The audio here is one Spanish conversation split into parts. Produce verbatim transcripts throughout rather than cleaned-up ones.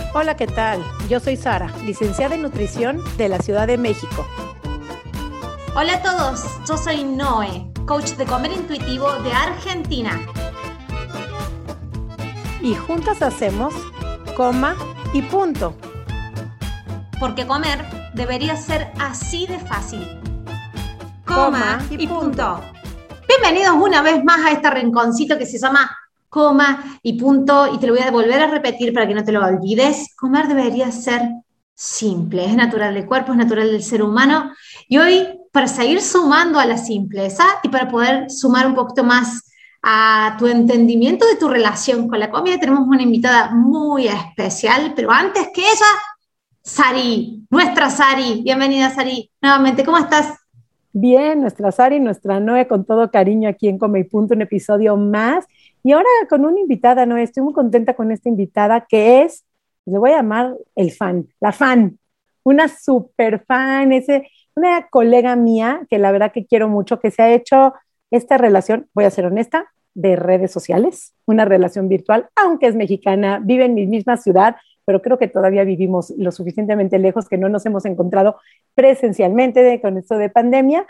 Hola, ¿qué tal? Yo soy Sara, licenciada en nutrición de la Ciudad de México. Hola a todos, yo soy Noé, coach de comer intuitivo de Argentina. Y juntas hacemos coma y punto. Porque comer debería ser así de fácil. Coma, Coma y y punto. punto. Bienvenidos una vez más a este rinconcito que se llama Coma y punto, y te lo voy a volver a repetir para que no te lo olvides. Comer debería ser simple, es natural del cuerpo, es natural del ser humano. Y hoy, para seguir sumando a la simpleza y para poder sumar un poquito más a tu entendimiento de tu relación con la comida, tenemos una invitada muy especial, pero antes que ella, Sari, nuestra Sari. Bienvenida, Sari, nuevamente, ¿cómo estás? Bien, nuestra Sara y nuestra Noé con todo cariño aquí en Come y Punto, un episodio más. Y ahora con una invitada, Noé, estoy muy contenta con esta invitada que es, le voy a llamar el fan, la fan, una super fan, ese, una colega mía que la verdad que quiero mucho, que se ha hecho esta relación, voy a ser honesta, de redes sociales, una relación virtual, aunque es mexicana, vive en mi misma ciudad, pero creo que todavía vivimos lo suficientemente lejos que no nos hemos encontrado presencialmente de, con esto de pandemia,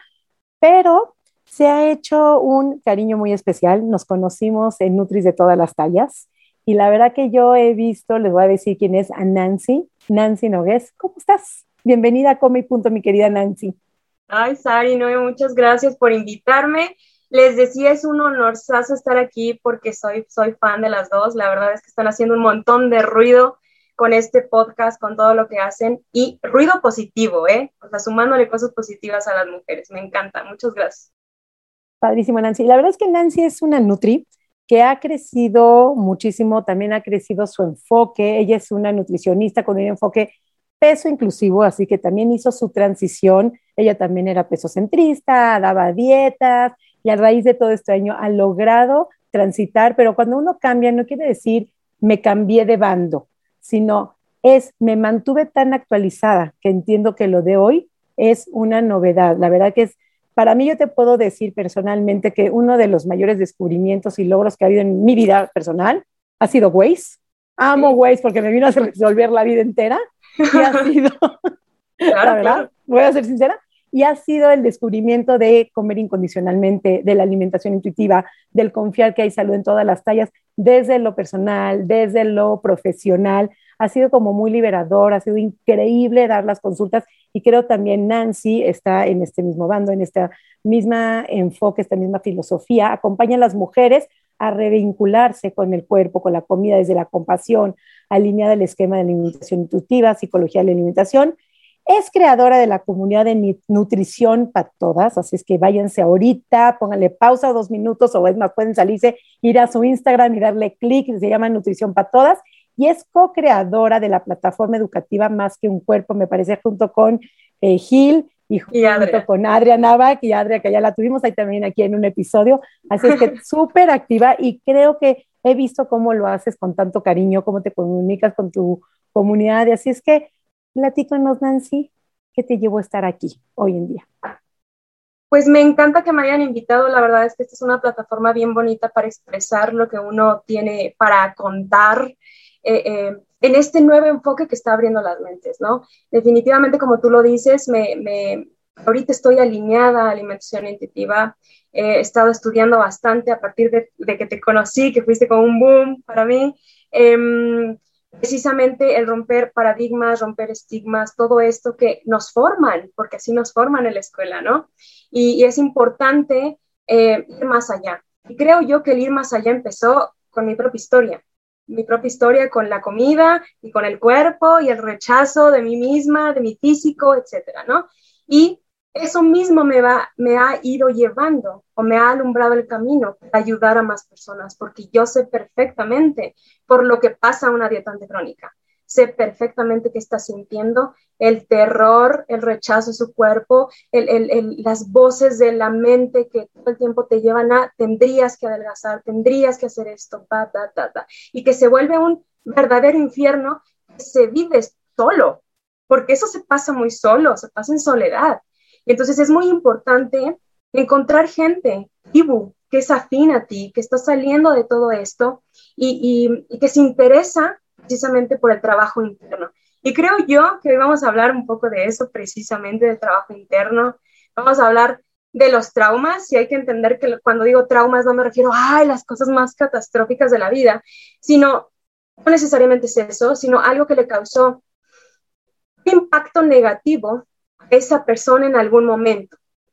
pero se ha hecho un cariño muy especial. Nos conocimos en Nutris de todas las tallas y la verdad que yo he visto, les voy a decir quién es, a Nancy, Nancy Nogués. ¿Cómo estás? Bienvenida a Come y Punto, mi querida Nancy. Ay, Sari, no, muchas gracias por invitarme. Les decía, es un honorazo estar aquí porque soy, soy fan de las dos. La verdad es que están haciendo un montón de ruido con este podcast, con todo lo que hacen, y ruido positivo, ¿eh? O sea, sumándole cosas positivas a las mujeres. Me encanta. Muchas gracias. Padrísimo, Nancy. La verdad es que Nancy es una nutri que ha crecido muchísimo, también ha crecido su enfoque. Ella es una nutricionista con un enfoque peso inclusivo, así que también hizo su transición. Ella también era pesocentrista, daba dietas, y a raíz de todo este año ha logrado transitar, pero cuando uno cambia no quiere decir me cambié de bando, sino es me mantuve tan actualizada que entiendo que lo de hoy es una novedad. La verdad que es, para mí yo te puedo decir personalmente que uno de los mayores descubrimientos y logros que ha habido en mi vida personal ha sido Waze. Amo Waze porque me vino a resolver la vida entera y ha sido, Claro, la verdad, claro. voy a ser sincera, y ha sido el descubrimiento de comer incondicionalmente, de la alimentación intuitiva, del confiar que hay salud en todas las tallas, desde lo personal, desde lo profesional. Ha sido como muy liberador, ha sido increíble dar las consultas y creo también Nancy está en este mismo bando, en esta misma enfoque, esta misma filosofía. Acompaña a las mujeres a revincularse con el cuerpo, con la comida, desde la compasión, alineada al esquema de alimentación intuitiva, psicología de la alimentación. Es creadora de la comunidad de nutrición para todas, así es que váyanse ahorita, pónganle pausa dos minutos o es más, pueden salirse, ir a su Instagram y darle clic, se llama Nutrición para Todas, y es co-creadora de la plataforma educativa Más que un Cuerpo, me parece, junto con eh, Gil y junto Y Adria. con Adria Navak y Adria, que ya la tuvimos ahí también aquí en un episodio, así es que súper activa y creo que he visto cómo lo haces con tanto cariño, cómo te comunicas con tu comunidad, y así es que platícanos, Nancy, ¿qué te llevó a estar aquí hoy en día? Pues me encanta que me hayan invitado. La verdad es que esta es una plataforma bien bonita para expresar lo que uno tiene para contar eh, eh, en este nuevo enfoque que está abriendo las mentes, ¿no? Definitivamente, como tú lo dices, me, me, ahorita estoy alineada a alimentación intuitiva. Eh, he estado estudiando bastante a partir de, de que te conocí, que fuiste como un boom para mí. Eh, Precisamente el romper paradigmas, romper estigmas, todo esto que nos forman, porque así nos forman en la escuela, ¿no? Y, y es importante eh, ir más allá. Y creo yo que el ir más allá empezó con mi propia historia, mi propia historia con la comida y con el cuerpo y el rechazo de mí misma, de mi físico, etcétera, ¿no? Y eso mismo me, va, me ha ido llevando o me ha alumbrado el camino para ayudar a más personas, porque yo sé perfectamente por lo que pasa una dietante crónica. Sé perfectamente que está sintiendo el terror, el rechazo de su cuerpo, el, el, el, las voces de la mente que todo el tiempo te llevan a tendrías que adelgazar, tendrías que hacer esto, ta, ta, ta, ta, y que se vuelve un verdadero infierno que se vive solo, porque eso se pasa muy solo, se pasa en soledad. Entonces es muy importante encontrar gente, tribu, que es afín a ti, que está saliendo de todo esto y, y, y que se interesa precisamente por el trabajo interno. Y creo yo que hoy vamos a hablar un poco de eso, precisamente del trabajo interno. Vamos a hablar de los traumas, y hay que entender que cuando digo traumas no me refiero a las cosas más catastróficas de la vida, sino, no necesariamente es eso, sino algo que le causó un impacto negativo a esa persona en algún momento.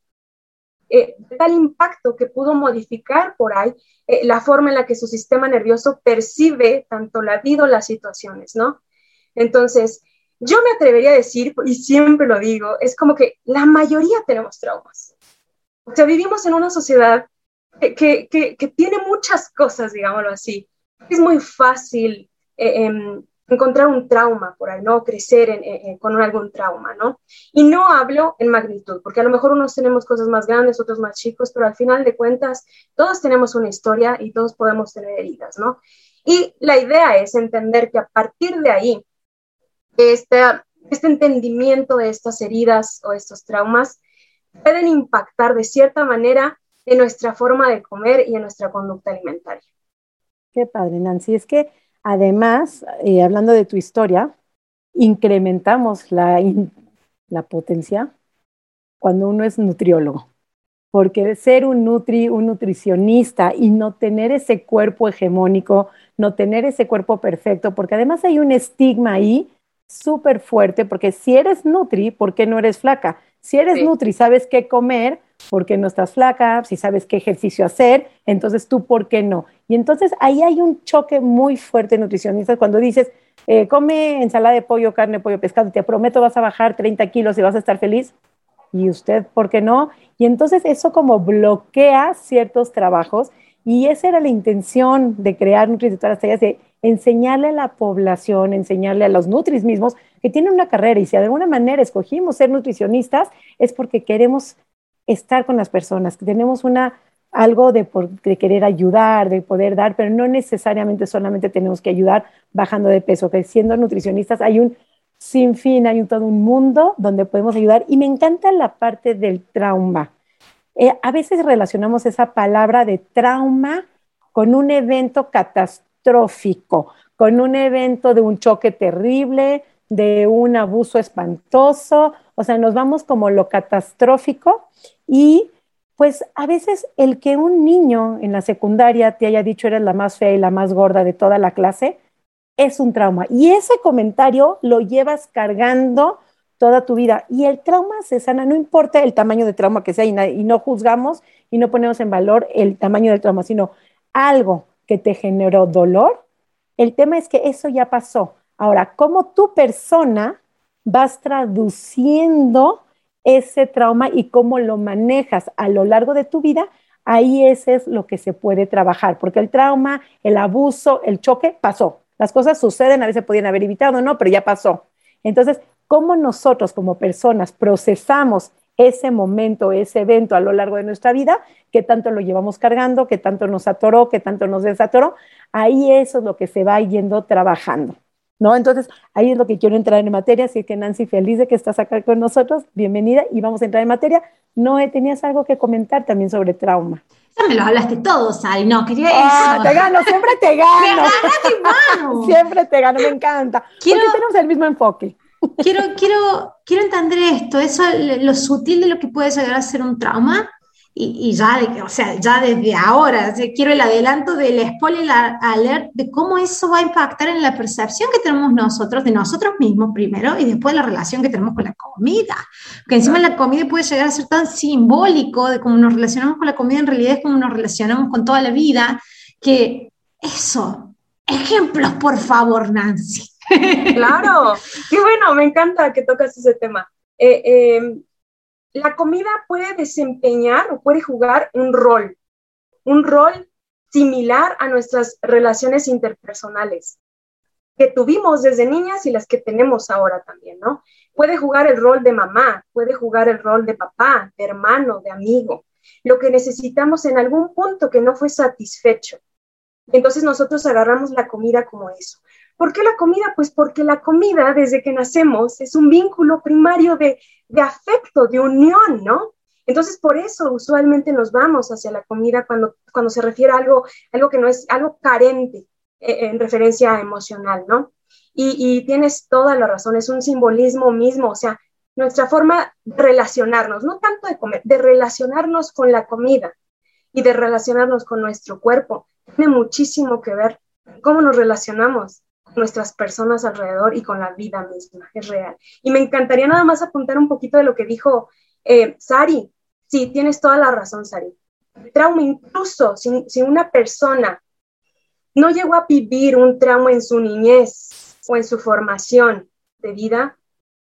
Eh, tal impacto que pudo modificar por ahí eh, la forma en la que su sistema nervioso percibe tanto la vida o las situaciones, ¿no? Entonces, yo me atrevería a decir, y siempre lo digo, es como que la mayoría tenemos traumas. O sea, vivimos en una sociedad que, que, que, que tiene muchas cosas, digámoslo así. Es muy fácil eh, eh, encontrar un trauma por ahí, ¿no? Crecer en, eh, con algún trauma, ¿no? Y no hablo en magnitud, porque a lo mejor unos tenemos cosas más grandes, otros más chicos, pero al final de cuentas, todos tenemos una historia y todos podemos tener heridas, ¿no? Y la idea es entender que a partir de ahí, este, este entendimiento de estas heridas o estos traumas pueden impactar de cierta manera en nuestra forma de comer y en nuestra conducta alimentaria. Qué padre, Nancy. Es que además, eh, hablando de tu historia, incrementamos la, in, la potencia cuando uno es nutriólogo. Porque ser un nutri, un nutricionista y no tener ese cuerpo hegemónico, no tener ese cuerpo perfecto, porque además hay un estigma ahí súper fuerte, porque si eres nutri, ¿por qué no eres flaca? Si eres sí. nutri, sabes qué comer, ¿por qué no estás flaca? Si sabes qué ejercicio hacer, entonces tú, ¿por qué no? Y entonces ahí hay un choque muy fuerte nutricionista cuando dices, eh, come ensalada de pollo, carne, pollo, pescado, te prometo vas a bajar treinta kilos y vas a estar feliz. ¿Y usted por qué no? Y entonces eso como bloquea ciertos trabajos, y esa era la intención de crear Nutris de todas las tallas, de enseñarle a la población, enseñarle a los nutris mismos que tienen una carrera, y si de alguna manera escogimos ser nutricionistas es porque queremos estar con las personas, que tenemos una, algo de, por, de querer ayudar, de poder dar, pero no necesariamente solamente tenemos que ayudar bajando de peso, que siendo nutricionistas hay un sin fin, hay un, todo un mundo donde podemos ayudar. Y me encanta la parte del trauma. Eh, a veces relacionamos esa palabra de trauma con un evento catastrófico, con un evento de un choque terrible, de un abuso espantoso, o sea, nos vamos como lo catastrófico. Y pues a veces el que un niño en la secundaria te haya dicho eres la más fea y la más gorda de toda la clase, es un trauma. Y ese comentario lo llevas cargando toda tu vida. Y el trauma se sana, no importa el tamaño de trauma que sea, y, y no juzgamos y no ponemos en valor el tamaño del trauma, sino algo que te generó dolor. El tema es que eso ya pasó. Ahora, ¿cómo tu persona vas traduciendo ese trauma y cómo lo manejas a lo largo de tu vida? Ahí ese es lo que se puede trabajar, porque el trauma, el abuso, el choque pasó. Las cosas suceden, a veces podían haber evitado, ¿no? Pero ya pasó. Entonces, ¿cómo nosotros como personas procesamos ese momento, ese evento a lo largo de nuestra vida? ¿Qué tanto lo llevamos cargando? ¿Qué tanto nos atoró? ¿Qué tanto nos desatoró? Ahí eso es lo que se va yendo trabajando, ¿no? Entonces, ahí es lo que quiero entrar en materia. Así que, Nancy, feliz de que estás acá con nosotros. Bienvenida y vamos a entrar en materia. Noé, tenías algo que comentar también sobre trauma. Ya me lo hablaste todo, Sari, no, quería ah, eso. Te gano, siempre te gano. Me ganaste, mano. Siempre te gano, me encanta. Quiero, porque tenemos el mismo enfoque. Quiero, quiero, quiero entender esto, eso, lo sutil de lo que puede llegar a ser un trauma, y, y ya, de, o sea, ya desde ahora, o sea, quiero el adelanto del spoiler alert de cómo eso va a impactar en la percepción que tenemos nosotros, de nosotros mismos primero, y después la relación que tenemos con la comida. Porque encima la comida puede llegar a ser tan simbólico de cómo nos relacionamos con la comida, en realidad es como nos relacionamos con toda la vida, que eso, ejemplos, por favor, Nancy. Claro, qué bueno, me encanta que tocas ese tema. Eh, eh, la comida puede desempeñar o puede jugar un rol, un rol similar a nuestras relaciones interpersonales que tuvimos desde niñas y las que tenemos ahora también, ¿no? Puede jugar el rol de mamá, puede jugar el rol de papá, de hermano, de amigo, lo que necesitamos en algún punto que no fue satisfecho. Entonces nosotros agarramos la comida como eso. ¿Por qué la comida? Pues porque la comida, desde que nacemos, es un vínculo primario de, de afecto, de unión, ¿no? Entonces, por eso usualmente nos vamos hacia la comida cuando, cuando se refiere a algo, algo que no es, algo carente eh, en referencia emocional, ¿no? Y, y tienes toda la razón, es un simbolismo mismo, o sea, nuestra forma de relacionarnos, no tanto de comer, de relacionarnos con la comida y de relacionarnos con nuestro cuerpo, tiene muchísimo que ver cómo nos relacionamos con nuestras personas alrededor y con la vida misma, es real. Y me encantaría nada más apuntar un poquito de lo que dijo eh, Sari. Sí, tienes toda la razón, Sari. El trauma, incluso si, si una persona no llegó a vivir un trauma en su niñez o en su formación de vida,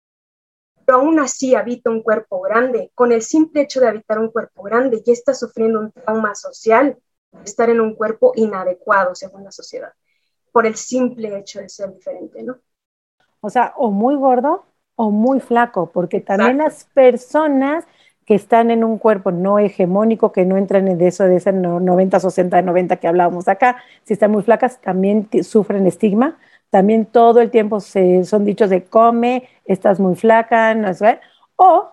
pero aún así habita un cuerpo grande, con el simple hecho de habitar un cuerpo grande, ya está sufriendo un trauma social, de estar en un cuerpo inadecuado según la sociedad, por el simple hecho de ser diferente, ¿no? O sea, o muy gordo o muy flaco, porque también Exacto. las personas que están en un cuerpo no hegemónico, que no entran en eso de ese noventa, sesenta, noventa que hablábamos acá, si están muy flacas, también t- sufren estigma, también todo el tiempo se, son dichos de come, estás muy flaca, no sé, o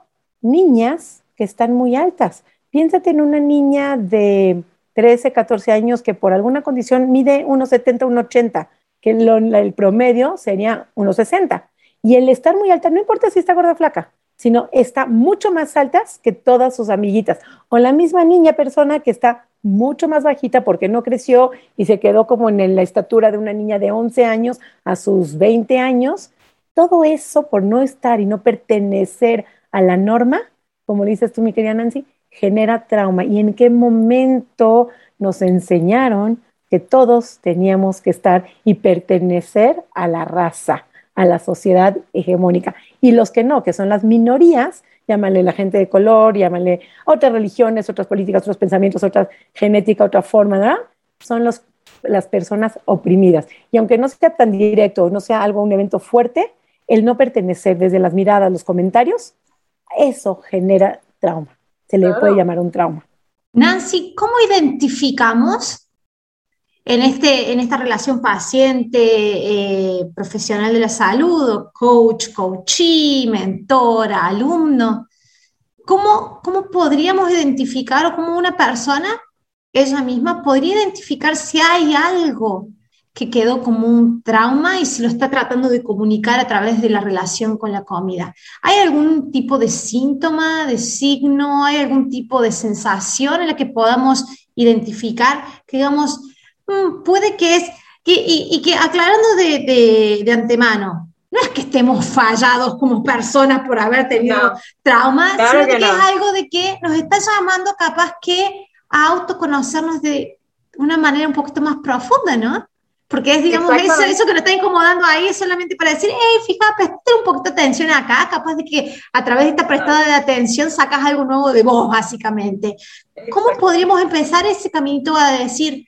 niñas que están muy altas. Piénsate en una niña de trece, catorce años que por alguna condición mide uno setenta, uno ochenta, que lo, la, el promedio sería uno sesenta. Y el estar muy alta, no importa si está gorda o flaca, sino está mucho más altas que todas sus amiguitas. O la misma niña persona que está mucho más bajita porque no creció y se quedó como en la estatura de una niña de once años a sus veinte años. Todo eso por no estar y no pertenecer a la norma, como dices tú, mi querida Nancy, genera trauma. ¿Y en qué momento nos enseñaron que todos teníamos que estar y pertenecer a la raza, a la sociedad hegemónica? Y los que no, que son las minorías, llámale la gente de color, llámale otras religiones, otras políticas, otros pensamientos, otra genética, otra forma, ¿verdad? Son los, las personas oprimidas. Y aunque no sea tan directo, no sea algo, un evento fuerte, el no pertenecer desde las miradas, los comentarios, eso genera trauma. Se le Claro. puede llamar un trauma. Nancy, ¿cómo identificamos en, este, en esta relación paciente, eh, profesional de la salud, coach, coachee, mentora, alumno? ¿Cómo, cómo podríamos identificar o cómo una persona, ella misma, podría identificar si hay algo que quedó como un trauma y si lo está tratando de comunicar a través de la relación con la comida? ¿Hay algún tipo de síntoma, de signo, hay algún tipo de sensación en la que podamos identificar que digamos, mmm, puede que es, que, y, y que aclarando de, de, de antemano, no es que estemos fallados como personas por haber tenido No, traumas, claro sino de que que no. es algo de que nos está llamando capaz que a autoconocernos de una manera un poquito más profunda, ¿no? Porque es, digamos, eso, Exactamente. eso que nos está incomodando ahí es solamente para decir, hey, fíjate, presta un poquito de atención acá, capaz de que a través de esta prestada de atención sacas algo nuevo de vos, básicamente. ¿Cómo podríamos empezar ese caminito a decir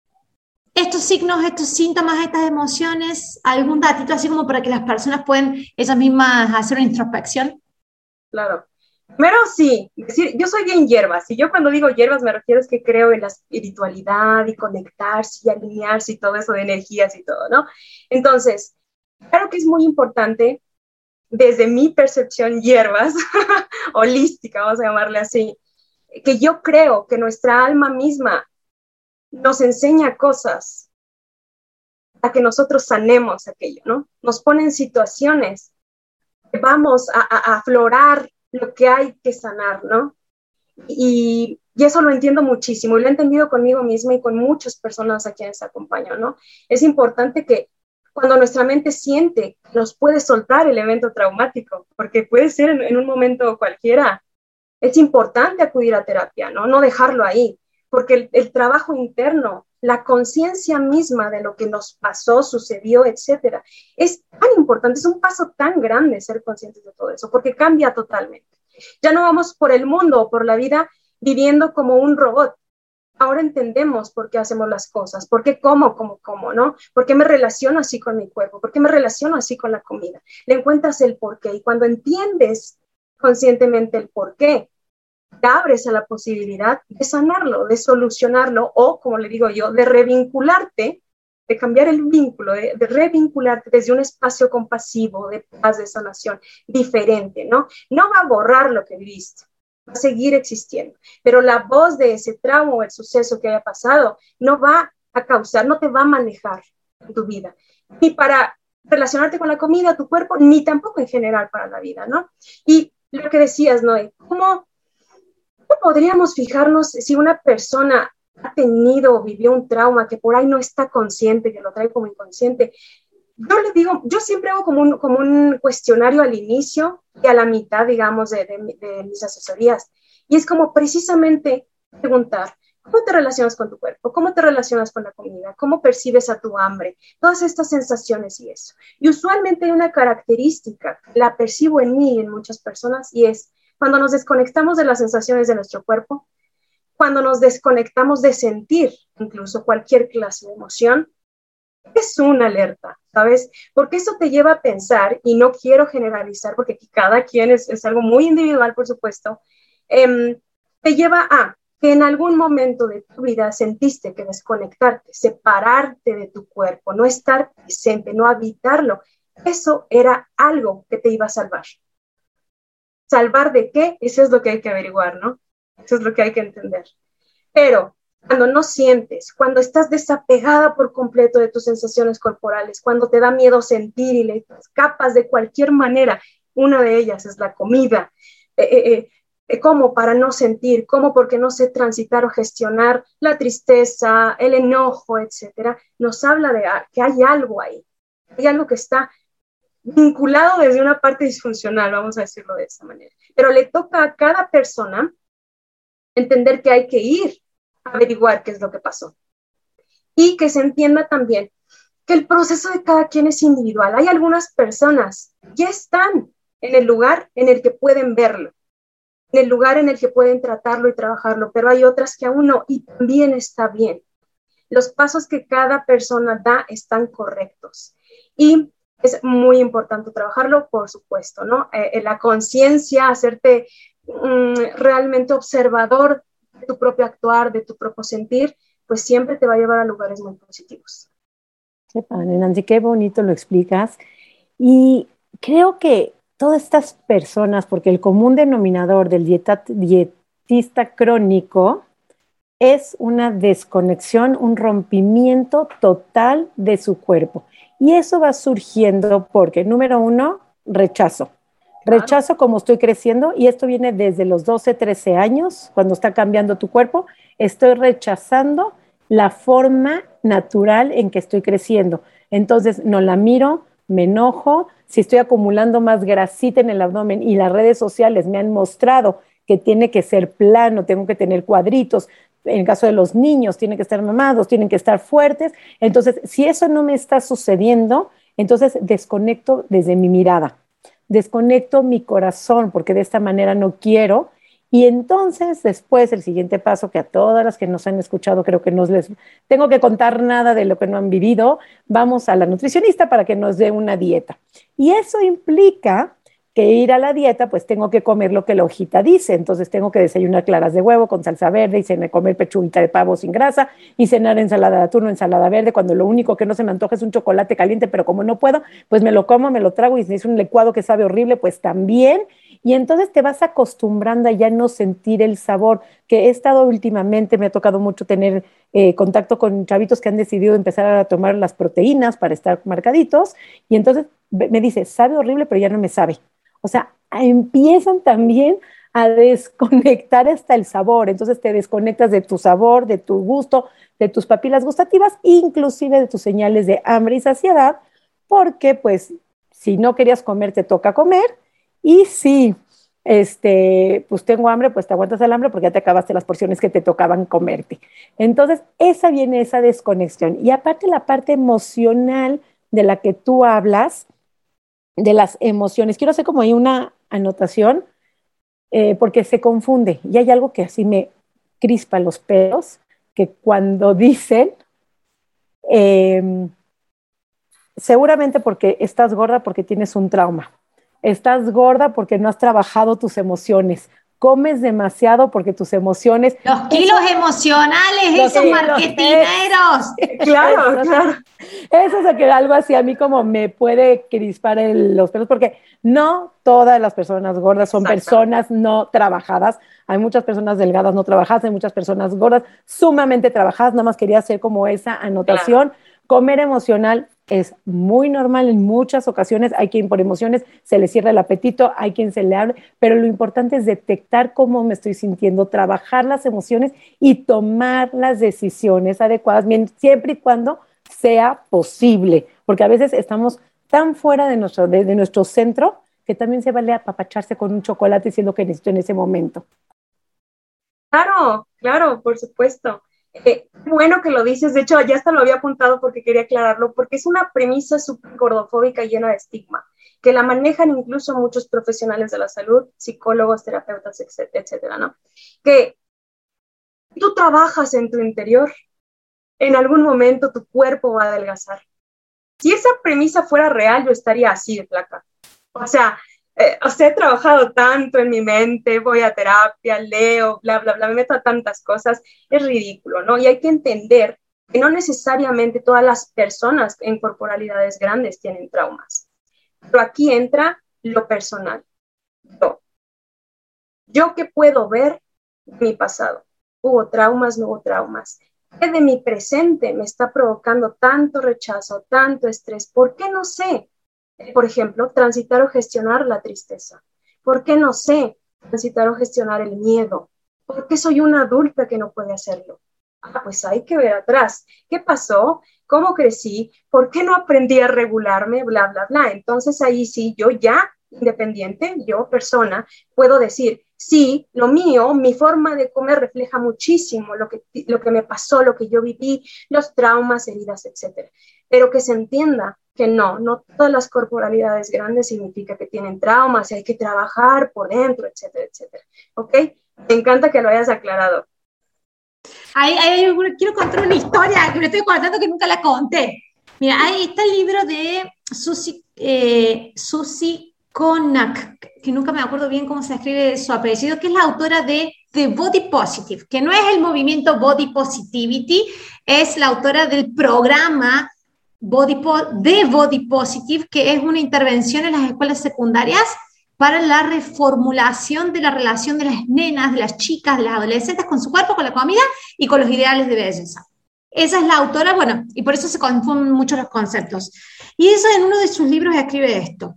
estos signos, estos síntomas, estas emociones, algún datito así como para que las personas puedan ellas mismas hacer una introspección? Claro. Primero, sí, decir, yo soy bien hierbas, y yo cuando digo hierbas me refiero es que creo en la espiritualidad y conectarse y alinearse y todo eso de energías y todo, ¿no? Entonces, claro que es muy importante, desde mi percepción hierbas, holística, vamos a llamarle así, que yo creo que nuestra alma misma nos enseña cosas a que nosotros sanemos aquello, ¿no? Nos ponen situaciones, vamos a, a, a aflorar lo que hay que sanar, ¿no? Y, y eso lo entiendo muchísimo y lo he entendido conmigo misma y con muchas personas a quienes acompaño, ¿no? Es importante que cuando nuestra mente siente, nos puede soltar el evento traumático, porque puede ser en, en un momento cualquiera. Es importante acudir a terapia, ¿no? No dejarlo ahí, porque el, el trabajo interno, la conciencia misma de lo que nos pasó, sucedió, etcétera, es tan importante, es un paso tan grande ser conscientes de todo eso, porque cambia totalmente. Ya no vamos por el mundo o por la vida viviendo como un robot. Ahora entendemos por qué hacemos las cosas, por qué como, como, como, ¿no? ¿Por qué me relaciono así con mi cuerpo? ¿Por qué me relaciono así con la comida? Le encuentras el por qué y cuando entiendes conscientemente el por qué, te abres a la posibilidad de sanarlo, de solucionarlo o, como le digo yo, de revincularte, de cambiar el vínculo, de, de revincularte desde un espacio compasivo, de paz, de sanación, diferente, ¿no? No va a borrar lo que viviste, va a seguir existiendo, pero la voz de ese trauma o el suceso que haya pasado no va a causar, no te va a manejar en tu vida. Y para relacionarte con la comida, tu cuerpo, ni tampoco en general para la vida, ¿no? Y lo que decías, Noé, ¿cómo, cómo podríamos fijarnos si una persona ha tenido o vivió un trauma que por ahí no está consciente, que lo trae como inconsciente? Yo le digo, yo siempre hago como un, como un cuestionario al inicio y a la mitad, digamos, de, de, de mis asesorías. Y es como precisamente preguntar, ¿cómo te relacionas con tu cuerpo? ¿Cómo te relacionas con la comida? ¿Cómo percibes a tu hambre? Todas estas sensaciones y eso. Y usualmente hay una característica, la percibo en mí y en muchas personas, y es cuando nos desconectamos de las sensaciones de nuestro cuerpo, cuando nos desconectamos de sentir incluso cualquier clase de emoción, es una alerta, ¿sabes? Porque eso te lleva a pensar, y no quiero generalizar, porque aquí cada quien es, es algo muy individual, por supuesto, eh, te lleva a que en algún momento de tu vida sentiste que desconectarte, separarte de tu cuerpo, no estar presente, no habitarlo, eso era algo que te iba a salvar. ¿Salvar de qué? Eso es lo que hay que averiguar, ¿no? Eso es lo que hay que entender. Pero cuando no sientes, cuando estás desapegada por completo de tus sensaciones corporales, cuando te da miedo sentir y le escapas de cualquier manera, una de ellas es la comida, eh, eh, eh, ¿cómo para no sentir? ¿Cómo porque no sé transitar o gestionar la tristeza, el enojo, etcétera? Nos habla de que hay algo ahí, hay algo que está vinculado desde una parte disfuncional, vamos a decirlo de esta manera. Pero le toca a cada persona entender que hay que ir a averiguar qué es lo que pasó. Y que se entienda también que el proceso de cada quien es individual. Hay algunas personas que ya están en el lugar en el que pueden verlo, en el lugar en el que pueden tratarlo y trabajarlo, pero hay otras que aún no, y también está bien. Los pasos que cada persona da están correctos. Y es muy importante trabajarlo, por supuesto, ¿no? Eh, la conciencia, hacerte um, realmente observador de tu propio actuar, de tu propio sentir, pues siempre te va a llevar a lugares muy positivos. Qué padre, Nancy, qué bonito lo explicas. Y creo que todas estas personas, porque el común denominador del dieta, dietista crónico es una desconexión, un rompimiento total de su cuerpo. Y eso va surgiendo porque, número uno, rechazo. Claro. Rechazo como estoy creciendo, y esto viene desde los doce, trece años, cuando está cambiando tu cuerpo, estoy rechazando la forma natural en que estoy creciendo. Entonces, no la miro, me enojo, si estoy acumulando más grasita en el abdomen y las redes sociales me han mostrado que tiene que ser plano, tengo que tener cuadritos, en el caso de los niños tienen que estar mamados, tienen que estar fuertes, entonces si eso no me está sucediendo, entonces desconecto desde mi mirada, desconecto mi corazón, porque de esta manera no quiero. Y entonces, después, el siguiente paso, que a todas las que nos han escuchado, creo que no les tengo que contar nada de lo que no han vivido, vamos a la nutricionista para que nos dé una dieta. Y eso implica que ir a la dieta, pues tengo que comer lo que la hojita dice. Entonces tengo que desayunar claras de huevo con salsa verde y cenar, comer pechuguita de pavo sin grasa y cenar ensalada de atún o ensalada verde, cuando lo único que no se me antoja es un chocolate caliente, pero como no puedo, pues me lo como, me lo trago, y si es un licuado que sabe horrible, pues también. Y entonces te vas acostumbrando a ya no sentir el sabor, que he estado últimamente, me ha tocado mucho tener eh, contacto con chavitos que han decidido empezar a tomar las proteínas para estar marcaditos, y entonces me dice, sabe horrible, pero ya no me sabe. O sea, empiezan también a desconectar hasta el sabor, entonces te desconectas de tu sabor, de tu gusto, de tus papilas gustativas, inclusive de tus señales de hambre y saciedad, porque pues si no querías comer, te toca comer. Y si este, pues tengo hambre, pues te aguantas el hambre porque ya te acabaste las porciones que te tocaban comerte. Entonces, esa viene esa desconexión. Y aparte la parte emocional de la que tú hablas, de las emociones. Quiero hacer como ahí una anotación, eh, porque se confunde. Y hay algo que así me crispa los pelos, que cuando dicen, eh, seguramente porque estás gorda porque tienes un trauma. Estás gorda porque no has trabajado tus emociones. Comes demasiado porque tus emociones... Los kilos eso, emocionales, los esos kilos, marketineros. Es, claro, eso, claro. Eso es que algo así a mí como me puede crispar el, los pelos, porque no todas las personas gordas son Exacto. personas no trabajadas. Hay muchas personas delgadas no trabajadas, hay muchas personas gordas sumamente trabajadas. Nada más quería hacer como esa anotación. Claro. Comer emocional es muy normal en muchas ocasiones. Hay quien por emociones se le cierra el apetito, hay quien se le abre, pero lo importante es detectar cómo me estoy sintiendo, trabajar las emociones y tomar las decisiones adecuadas, bien, siempre y cuando sea posible, porque a veces estamos tan fuera de nuestro, de, de nuestro centro que también se vale apapacharse con un chocolate si es lo que necesito en ese momento. Claro, claro, por supuesto. Eh, bueno que lo dices, de hecho ya hasta lo había apuntado porque quería aclararlo, porque es una premisa súper gordofóbica y llena de estigma, que la manejan incluso muchos profesionales de la salud, psicólogos, terapeutas, etcétera, etcétera, ¿no? Que tú trabajas en tu interior, en algún momento tu cuerpo va a adelgazar. Si esa premisa fuera real, yo estaría así de flaca. O sea, eh, o sea, he trabajado tanto en mi mente, voy a terapia, leo, bla, bla, bla, me meto a tantas cosas, es ridículo, ¿no? Y hay que entender que no necesariamente todas las personas en corporalidades grandes tienen traumas. Pero aquí entra lo personal. Yo, yo que puedo ver de mi pasado. Hubo traumas, no hubo traumas. ¿Qué de mi presente me está provocando tanto rechazo, tanto estrés? ¿Por qué no sé? Por ejemplo, transitar o gestionar la tristeza. ¿Por qué no sé transitar o gestionar el miedo? ¿Por qué soy una adulta que no puede hacerlo? Ah, pues hay que ver atrás. ¿Qué pasó? ¿Cómo crecí? ¿Por qué no aprendí a regularme? Bla, bla, bla. Entonces ahí sí, yo ya, independiente, yo, persona, puedo decir, sí, lo mío, mi forma de comer refleja muchísimo lo que, lo que me pasó, lo que yo viví, los traumas, heridas, etcétera. Pero que se entienda que no, no todas las corporalidades grandes significa que tienen traumas y hay que trabajar por dentro, etcétera, etcétera. ¿Ok? Me encanta que lo hayas aclarado. Ahí, ahí, quiero contar una historia que me estoy contando que nunca la conté. Mira, ahí está el libro de Susie, eh, Susie Konak, que nunca me acuerdo bien cómo se escribe su apellido, que es la autora de The Body Positive, que no es el movimiento Body Positivity, es la autora del programa Body po- de Body Positive, que es una intervención en las escuelas secundarias para la reformulación de la relación de las nenas, de las chicas, de las adolescentes con su cuerpo, con la comida y con los ideales de belleza. Esa es la autora, bueno, y por eso se confunden mucho los conceptos. Y ella en uno de sus libros escribe esto.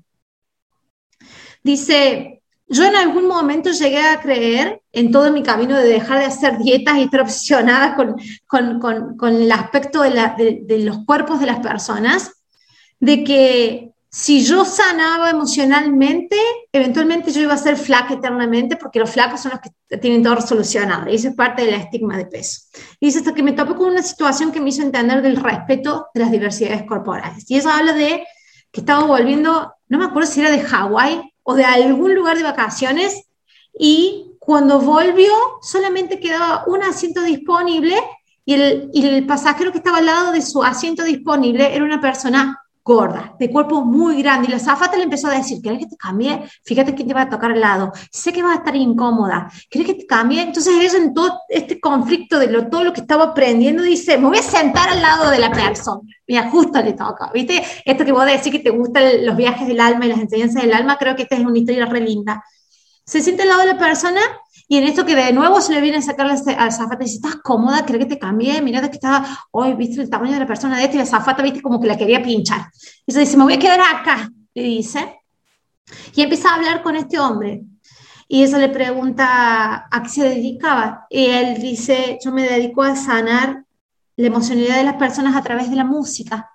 Dice, yo en algún momento llegué a creer en todo mi camino de dejar de hacer dietas y estar obsesionada con, con, con, con el aspecto de, la, de, de los cuerpos de las personas, de que si yo sanaba emocionalmente, eventualmente yo iba a ser flaca eternamente, porque los flacos son los que tienen todo solucionado, y eso es parte del estigma de peso. Y dice hasta que me topé con una situación que me hizo entender del respeto de las diversidades corporales. Y ella habla de que estaba volviendo, no me acuerdo si era de Hawái o de algún lugar de vacaciones, y cuando volvió solamente quedaba un asiento disponible, y el, y el pasajero que estaba al lado de su asiento disponible era una persona gorda, de cuerpo muy grande, y la azafata le empezó a decir, ¿querés que te cambie? Fíjate que te va a tocar al lado, sé que vas a estar incómoda, ¿querés que te cambie? Entonces ella en todo este conflicto de lo, todo lo que estaba aprendiendo dice, me voy a sentar al lado de la persona, mira, justo le toca, ¿viste? Esto que vos decís que te gustan los viajes del alma y las enseñanzas del alma, creo que esta es una historia re linda. Se siente al lado de la persona, y en esto que de nuevo se le viene a sacar la azafata y dice, ¿estás cómoda? ¿Crees que te cambié? Mira que estaba, hoy viste el tamaño de la persona de esta, y la azafata, viste, como que la quería pinchar. Y se dice, me voy a quedar acá, le dice. Y empieza a hablar con este hombre. Y ella le pregunta a qué se dedicaba. Y él dice, yo me dedico a sanar la emocionalidad de las personas a través de la música.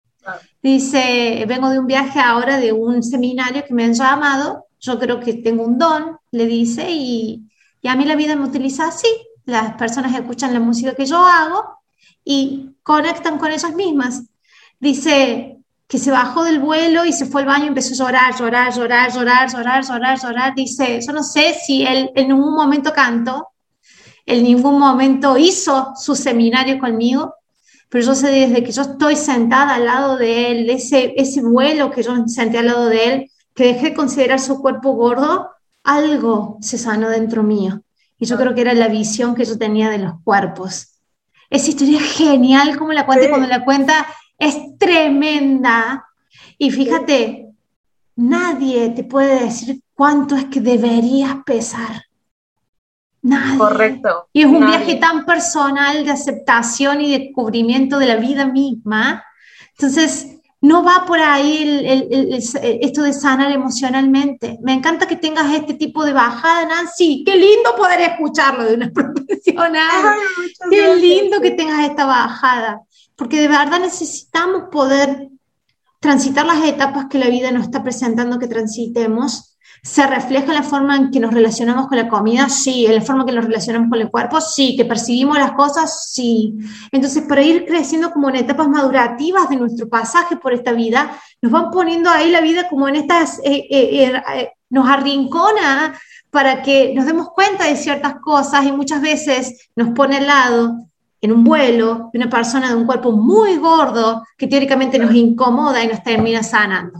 Dice, vengo de un viaje ahora, de un seminario que me han llamado, yo creo que tengo un don, le dice, y, y a mí la vida me utiliza así. Las personas escuchan la música que yo hago y conectan con ellas mismas. Dice que se bajó del vuelo y se fue al baño y empezó a llorar, llorar, llorar, llorar, llorar, llorar, llorar. Dice, yo no sé si él en ningún momento cantó, en ningún momento hizo su seminario conmigo, pero yo sé desde que yo estoy sentada al lado de él, ese, ese vuelo que yo senté al lado de él, que dejé de considerar su cuerpo gordo, algo se sanó dentro mío. Y yo creo que era la visión que yo tenía de los cuerpos. Esa historia es genial, como la cuenta, sí. Y cuando la cuenta es tremenda. Y fíjate, sí. Nadie te puede decir cuánto es que deberías pesar. Nadie. Correcto. Y es un Nadie. viaje tan personal de aceptación y descubrimiento de la vida misma. Entonces, no va por ahí el, el, el, el, esto de sanar emocionalmente. Me encanta que tengas este tipo de bajada, Nancy. Qué lindo poder escucharlo de una profesional. Ay, qué gracias, lindo sí. que tengas esta bajada, porque de verdad necesitamos poder transitar las etapas que la vida nos está presentando que transitemos. ¿Se refleja en la forma en que nos relacionamos con la comida? Sí. ¿En la forma en que nos relacionamos con el cuerpo? Sí. ¿Que percibimos las cosas? Sí. Entonces, para ir creciendo como en etapas madurativas de nuestro pasaje por esta vida, nos van poniendo ahí la vida como en estas, eh, eh, eh, nos arrincona para que nos demos cuenta de ciertas cosas y muchas veces nos pone al lado, en un vuelo, de una persona de un cuerpo muy gordo que teóricamente nos incomoda y nos termina sanando.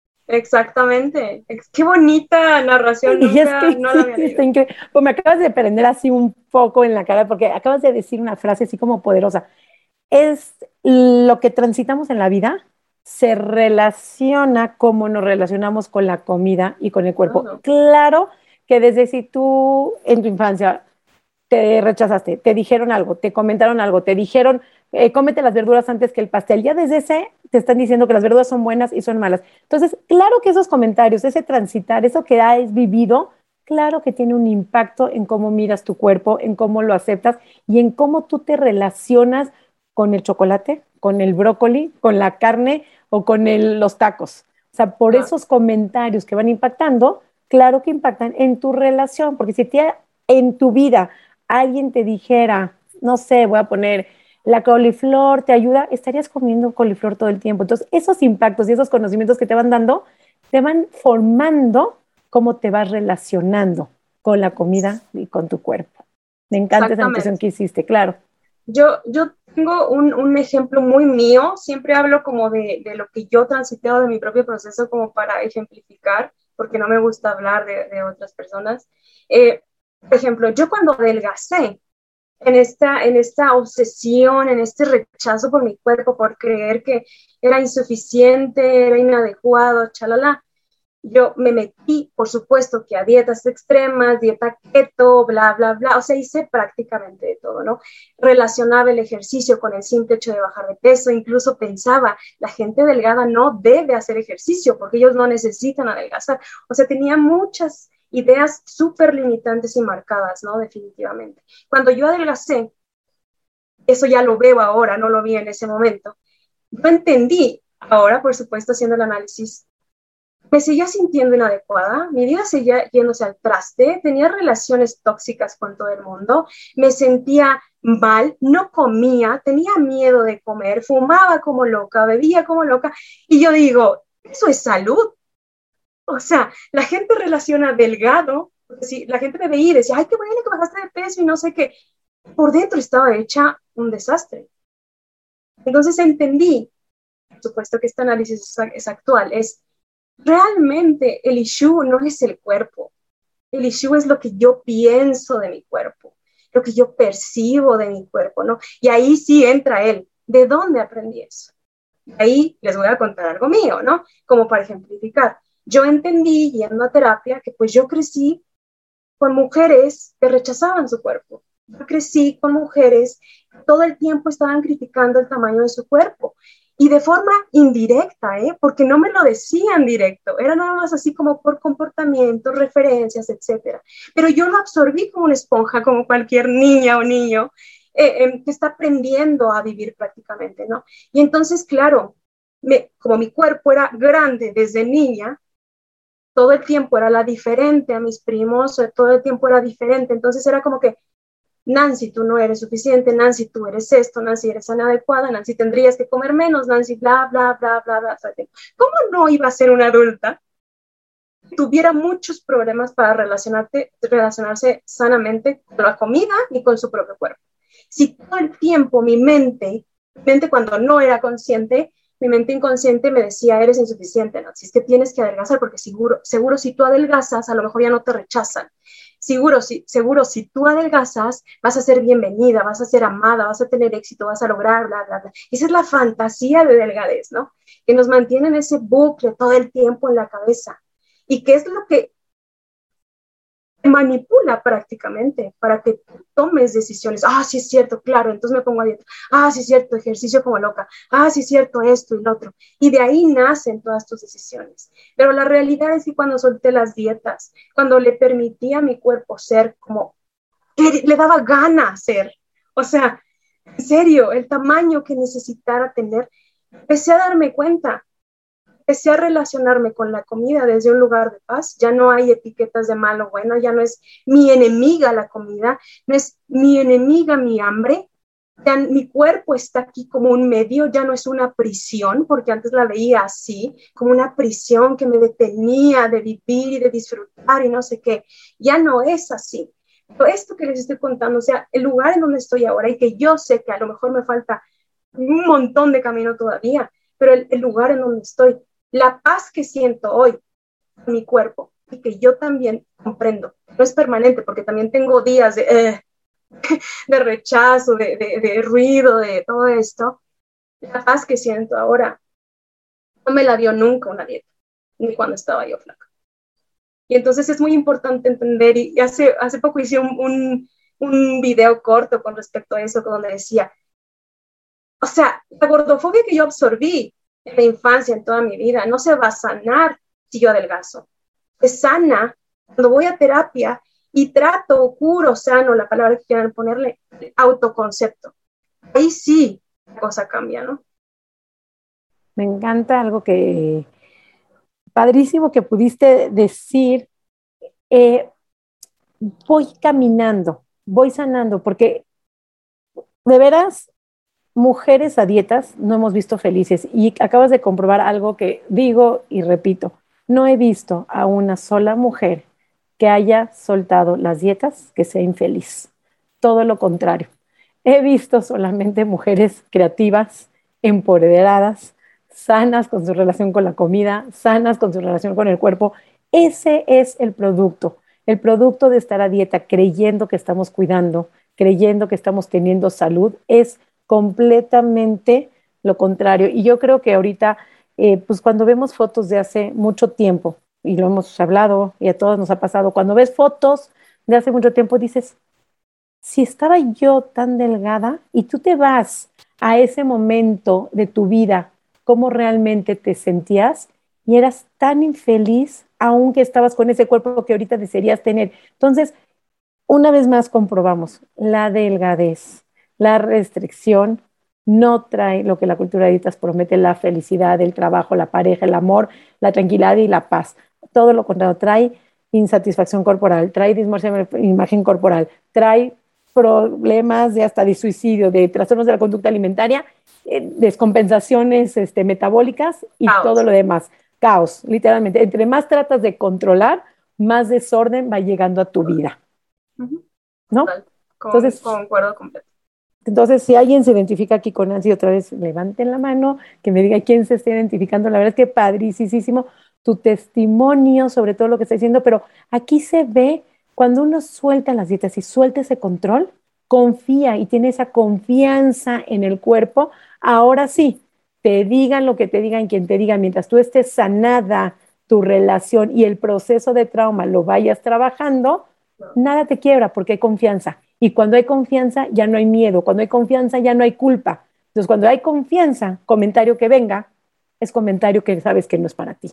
Exactamente. Qué bonita narración. Y nunca, es que no sí, la había leído. Está increíble. Pues me acabas de prender así un poco en la cara porque acabas de decir una frase así como poderosa. Es lo que transitamos en la vida se relaciona como nos relacionamos con la comida y con el cuerpo. Oh. Claro que desde si tú en tu infancia te rechazaste, te dijeron algo, te comentaron algo, te dijeron, eh, cómete las verduras antes que el pastel, ya desde ese te están diciendo que las verduras son buenas y son malas. Entonces, claro que esos comentarios, ese transitar, eso que has vivido, claro que tiene un impacto en cómo miras tu cuerpo, en cómo lo aceptas y en cómo tú te relacionas con el chocolate, con el brócoli, con la carne o con el, los tacos. O sea, por ah. esos comentarios que van impactando, claro que impactan en tu relación, porque si te, en tu vida alguien te dijera, no sé, voy a poner, la coliflor te ayuda, estarías comiendo coliflor todo el tiempo. Entonces, esos impactos y esos conocimientos que te van dando, te van formando cómo te vas relacionando con la comida y con tu cuerpo. Me encanta esa anotación que hiciste, claro. Yo, yo tengo un, un ejemplo muy mío, siempre hablo como de, de lo que yo transitado de mi propio proceso como para ejemplificar, porque no me gusta hablar de, de otras personas. Eh, por ejemplo, yo cuando adelgacé, en esta, en esta obsesión, en este rechazo por mi cuerpo, por creer que era insuficiente, era inadecuado, chalala, yo me metí, por supuesto, que a dietas extremas, dieta keto, bla, bla, bla, o sea, hice prácticamente de todo, ¿no? Relacionaba el ejercicio con el simple hecho de bajar de peso, incluso pensaba, la gente delgada no debe hacer ejercicio porque ellos no necesitan adelgazar, o sea, tenía muchas ideas súper limitantes y marcadas, ¿no? Definitivamente. Cuando yo adelgacé, eso ya lo veo ahora, no lo vi en ese momento, yo entendí, ahora, por supuesto, haciendo el análisis, me seguía sintiendo inadecuada, mi vida seguía yéndose al traste, tenía relaciones tóxicas con todo el mundo, me sentía mal, no comía, tenía miedo de comer, fumaba como loca, bebía como loca, y yo digo, eso es salud. O sea, la gente relaciona delgado, porque si la gente me veía y decía, ay, qué bueno que bajaste de peso y no sé qué, por dentro estaba hecha un desastre. Entonces entendí, por supuesto que este análisis es, es actual, es realmente el issue no es el cuerpo, el issue es lo que yo pienso de mi cuerpo, lo que yo percibo de mi cuerpo, ¿no? Y ahí sí entra él, ¿de dónde aprendí eso? Ahí les voy a contar algo mío, ¿no? Como para ejemplificar. Yo entendí, yendo a terapia, que pues yo crecí con mujeres que rechazaban su cuerpo. Yo crecí con mujeres que todo el tiempo estaban criticando el tamaño de su cuerpo. Y de forma indirecta, ¿eh? Porque no me lo decían directo. Era nada más así como por comportamiento, referencias, etcétera. Pero yo lo absorbí como una esponja, como cualquier niña o niño eh, eh, que está aprendiendo a vivir prácticamente, ¿no? Y entonces, claro, me, como mi cuerpo era grande desde niña, todo el tiempo era la diferente a mis primos, todo el tiempo era diferente, entonces era como que, Nancy, tú no eres suficiente, Nancy, tú eres esto, Nancy, eres inadecuada, Nancy, tendrías que comer menos, Nancy, bla, bla, bla, bla, bla. ¿Cómo no iba a ser una adulta que tuviera muchos problemas para relacionarte, relacionarse sanamente con la comida y con su propio cuerpo? Si todo el tiempo mi mente, mi mente cuando no era consciente, mi mente inconsciente me decía, eres insuficiente, Nancy, es que tienes que adelgazar porque seguro, seguro si tú adelgazas, a lo mejor ya no te rechazan. Seguro si, seguro, si tú adelgazas, vas a ser bienvenida, vas a ser amada, vas a tener éxito, vas a lograr, bla, bla, bla. Esa es la fantasía de delgadez, ¿no? Que nos mantiene en ese bucle todo el tiempo en la cabeza. ¿Y qué es lo que te manipula prácticamente para que tomes decisiones. Ah, sí es cierto, claro, entonces me pongo a dieta. Ah, sí es cierto, ejercicio como loca. Ah, sí es cierto, esto y lo otro. Y de ahí nacen todas tus decisiones. Pero la realidad es que cuando solté las dietas, cuando le permití a mi cuerpo ser como le daba gana ser, o sea, en serio, el tamaño que necesitara tener, empecé a darme cuenta, empecé a relacionarme con la comida desde un lugar de paz. Ya no hay etiquetas de malo o bueno, ya no es mi enemiga la comida, no es mi enemiga mi hambre, ya mi cuerpo está aquí como un medio, ya no es una prisión, porque antes la veía así, como una prisión que me detenía de vivir y de disfrutar y no sé qué, ya no es así. Pero esto que les estoy contando, o sea, el lugar en donde estoy ahora y que yo sé que a lo mejor me falta un montón de camino todavía, pero el, el lugar en donde estoy, la paz que siento hoy en mi cuerpo y que yo también comprendo, no es permanente porque también tengo días de, eh, de rechazo, de, de, de ruido, de todo esto, la paz que siento ahora no me la dio nunca una dieta, ni cuando estaba yo flaca. Y entonces es muy importante entender, y hace, hace poco hice un, un, un video corto con respecto a eso, donde decía, o sea, la gordofobia que yo absorbí en la infancia, en toda mi vida, no se va a sanar si yo adelgazo. Se sana cuando voy a terapia y trato, curo, sano, la palabra que quieran ponerle, autoconcepto. Ahí sí la cosa cambia, ¿no? Me encanta algo que, padrísimo que pudiste decir, eh, voy caminando, voy sanando, porque de veras, mujeres a dietas no hemos visto felices, y acabas de comprobar algo que digo y repito, no he visto a una sola mujer que haya soltado las dietas que sea infeliz, todo lo contrario. He visto solamente mujeres creativas, empoderadas, sanas con su relación con la comida, sanas con su relación con el cuerpo. Ese es el producto, el producto de estar a dieta, creyendo que estamos cuidando, creyendo que estamos teniendo salud, es completamente lo contrario. Y yo creo que ahorita, eh, pues cuando vemos fotos de hace mucho tiempo, y lo hemos hablado y a todos nos ha pasado, cuando ves fotos de hace mucho tiempo dices, si estaba yo tan delgada, y tú te vas a ese momento de tu vida, cómo realmente te sentías y eras tan infeliz, aunque estabas con ese cuerpo que ahorita desearías tener. Entonces, una vez más comprobamos, la delgadez, la restricción no trae lo que la cultura de dietas promete, la felicidad, el trabajo, la pareja, el amor, la tranquilidad y la paz. Todo lo contrario, trae insatisfacción corporal, trae dismorfia de imagen corporal, trae problemas de hasta de suicidio, de trastornos de la conducta alimentaria, eh, descompensaciones este, metabólicas y caos. Todo lo demás. Caos, literalmente. Entre más tratas de controlar, más desorden va llegando a tu vida. ¿No? Con, entonces, concuerdo completo. Entonces, si alguien se identifica aquí con Nancy, otra vez levanten la mano, que me diga quién se está identificando. La verdad es que padricísimo tu testimonio sobre todo lo que está diciendo, pero aquí se ve cuando uno suelta las dietas y suelta ese control, confía y tiene esa confianza en el cuerpo. Ahora sí, te digan lo que te digan, quien te diga, mientras tú estés sanada tu relación y el proceso de trauma lo vayas trabajando, nada te quiebra porque hay confianza. Y cuando hay confianza ya no hay miedo, cuando hay confianza ya no hay culpa. Entonces cuando hay confianza, comentario que venga, es comentario que sabes que no es para ti.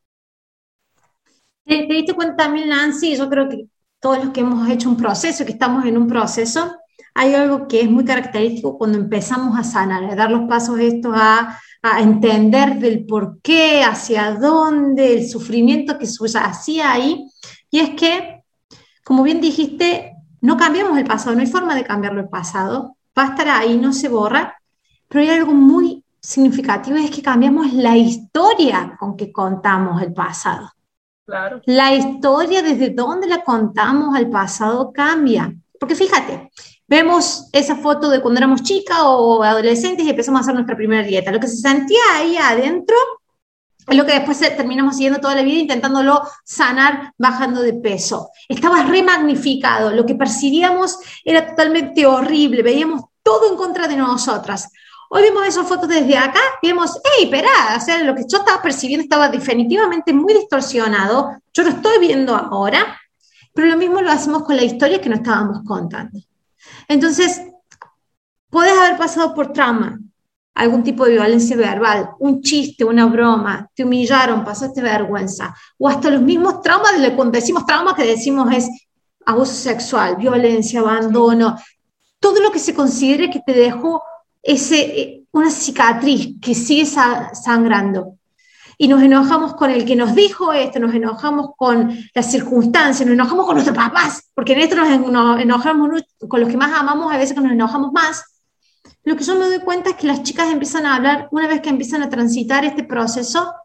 ¿Te, te diste cuenta también, Nancy? Yo creo que todos los que hemos hecho un proceso, que estamos en un proceso, hay algo que es muy característico cuando empezamos a sanar, a dar los pasos estos, a, a entender del por qué, hacia dónde, el sufrimiento que se hacía ahí. Y es que, como bien dijiste, no cambiamos el pasado, no hay forma de cambiarlo el pasado, va a estar ahí, no se borra, pero hay algo muy significativo, es que cambiamos la historia con que contamos el pasado. Claro. La historia desde donde la contamos al pasado cambia, porque fíjate, vemos esa foto de cuando éramos chicas o adolescentes y empezamos a hacer nuestra primera dieta, lo que se sentía ahí adentro es lo que después terminamos siguiendo toda la vida intentándolo sanar bajando de peso. Estaba remagnificado, lo que percibíamos era totalmente horrible, veíamos todo en contra de nosotras. Hoy vemos esas fotos desde acá y vemos, hey, espera, o sea, lo que yo estaba percibiendo estaba definitivamente muy distorsionado, yo lo estoy viendo ahora Pero lo mismo lo hacemos con la historia que nos estábamos contando. Entonces, puedes haber pasado por trauma, algún tipo de violencia verbal, un chiste, una broma, te humillaron, pasaste vergüenza, o hasta los mismos traumas, cuando decimos trauma que decimos es abuso sexual, violencia, abandono, todo lo que se considere que te dejó ese, una cicatriz que sigue sangrando. Y nos enojamos con el que nos dijo esto, nos enojamos con las circunstancias, nos enojamos con nuestros papás, porque en esto nos, nos enojamos con los que más amamos, a veces que nos enojamos más. Lo que yo me doy cuenta es que las chicas empiezan a hablar, una vez que empiezan a transitar este proceso,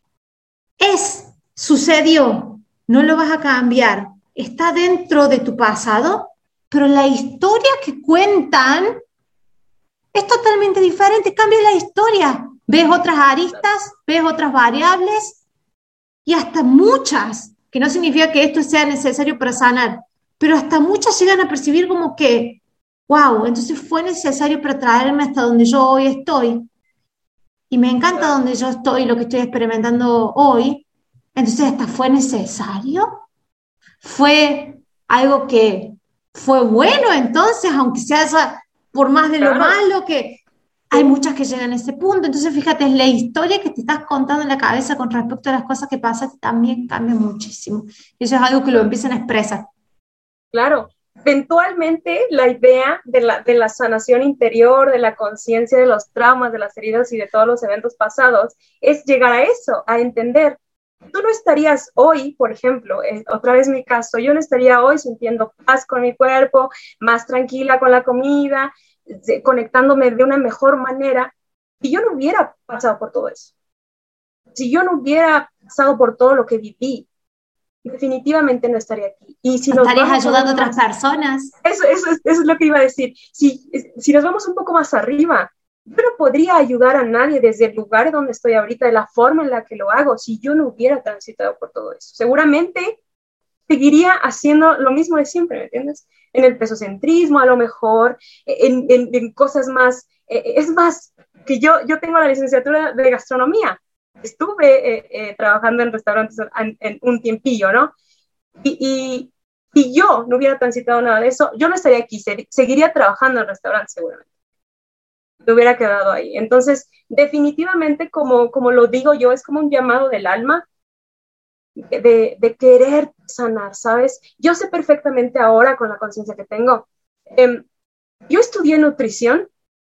es, sucedió, no lo vas a cambiar, está dentro de tu pasado, pero la historia que cuentan es totalmente diferente, cambia la historia. Ves otras aristas, ves otras variables y hasta muchas, que no significa que esto sea necesario para sanar, pero hasta muchas llegan a percibir como que, wow, entonces fue necesario para traerme hasta donde yo hoy estoy. Y me encanta donde yo estoy, lo que estoy experimentando hoy. Entonces hasta fue necesario. Fue algo que fue bueno entonces, aunque sea por más de lo malo que... Hay muchas que llegan a ese punto, entonces fíjate, es la historia que te estás contando en la cabeza con respecto a las cosas que pasan también cambia muchísimo. Y eso es algo que lo empiezan a expresar. Claro, eventualmente la idea de la, de la sanación interior, de la conciencia de los traumas, de las heridas y de todos los eventos pasados, es llegar a eso, a entender. Tú no estarías hoy, por ejemplo, eh, otra vez mi caso, yo no estaría hoy sintiendo paz con mi cuerpo, más tranquila con la comida, conectándome de una mejor manera, si yo no hubiera pasado por todo eso, si yo no hubiera pasado por todo lo que viví, definitivamente no estaría aquí. Y si nos estarías vamos ayudando a más, otras personas. Eso, eso, eso es lo que iba a decir. Si, si nos vamos un poco más arriba, yo no podría ayudar a nadie desde el lugar donde estoy ahorita, de la forma en la que lo hago, si yo no hubiera transitado por todo eso. Seguramente seguiría haciendo lo mismo de siempre, ¿me entiendes? En el pesocentrismo, a lo mejor, en, en, en cosas más, eh, es más, que yo, yo tengo la licenciatura de gastronomía, estuve eh, eh, trabajando en restaurantes en, en un tiempillo, ¿no? Y, y si yo no hubiera transitado nada de eso, yo no estaría aquí, ser, seguiría trabajando en restaurantes seguramente. Me hubiera quedado ahí. Entonces, definitivamente, como, como lo digo yo, es como un llamado del alma, De, de querer sanar, ¿sabes? Yo sé perfectamente ahora con la conciencia que tengo. Eh, yo estudié nutrición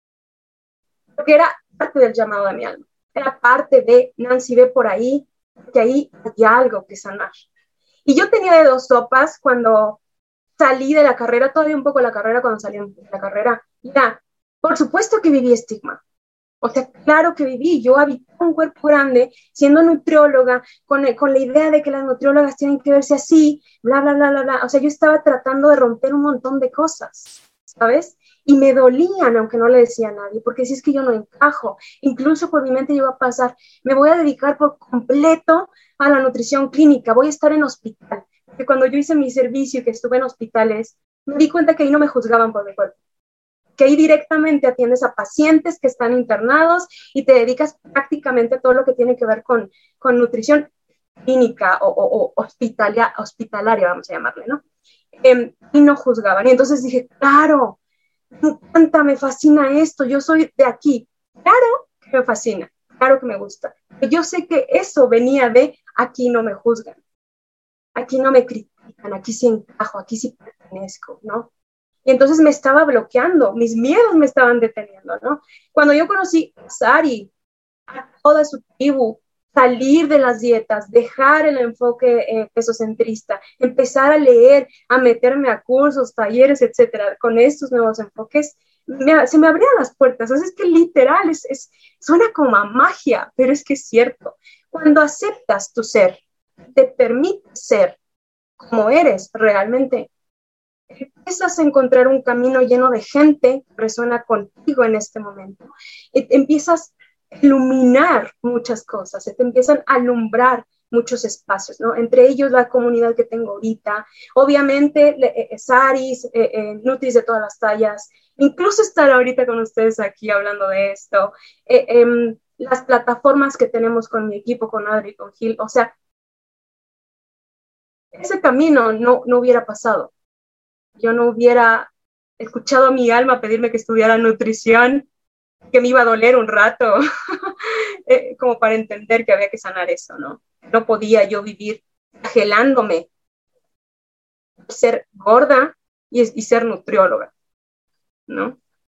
porque era parte del llamado de mi alma. Era parte de, Nancy, ve por ahí, que ahí hay algo que sanar. Y yo tenía de dos sopas cuando salí de la carrera, todavía un poco la carrera, cuando salí de la carrera. Ya, por supuesto que viví estigma. O sea, claro que viví, yo habitaba un cuerpo grande, siendo nutrióloga, con, con la idea de que las nutriólogas tienen que verse así, bla, bla, bla, bla, bla. O sea, yo estaba tratando de romper un montón de cosas, ¿sabes? Y me dolían, aunque no le decía a nadie, porque si es que yo no encajo. Incluso por mi mente llegó a pasar, me voy a dedicar por completo a la nutrición clínica, voy a estar en hospital. Porque cuando yo hice mi servicio y que estuve en hospitales, me di cuenta que ahí no me juzgaban por mi cuerpo, que ahí directamente atiendes a pacientes que están internados y te dedicas prácticamente a todo lo que tiene que ver con, con nutrición clínica o, o, o hospitalia, hospitalaria, vamos a llamarle, ¿no? Eh, y no juzgaban. Y entonces dije, claro, me encanta, me fascina esto, yo soy de aquí. Claro que me fascina, claro que me gusta. Pero yo sé que eso venía de aquí no me juzgan, aquí no me critican, aquí sí encajo, aquí sí pertenezco, ¿no? Y entonces me estaba bloqueando, mis miedos me estaban deteniendo, ¿no? Cuando yo conocí a Sari, a toda su tribu, salir de las dietas, dejar el enfoque eh, pesocentrista, empezar a leer, a meterme a cursos, talleres, etcétera, con estos nuevos enfoques, me, se me abrían las puertas. O sea, es que literal, es, es, suena como a magia, pero es que es cierto. Cuando aceptas tu ser, te permites ser como eres realmente, empiezas a encontrar un camino lleno de gente que resuena contigo en este momento. Y empiezas a iluminar muchas cosas, se te empiezan a alumbrar muchos espacios, ¿no? Entre ellos la comunidad que tengo ahorita, obviamente eh, Saris, eh, eh, Nutris de todas las tallas, incluso estar ahorita con ustedes aquí hablando de esto, eh, eh, las plataformas que tenemos con mi equipo, con Adri, con Gil, o sea, ese camino no, no hubiera pasado. Yo no hubiera escuchado a mi alma pedirme que estudiara nutrición, que me iba a doler un rato, eh, como para entender que había que sanar eso, ¿no? No podía yo vivir flagelándome, ser gorda y, y ser nutrióloga, ¿no?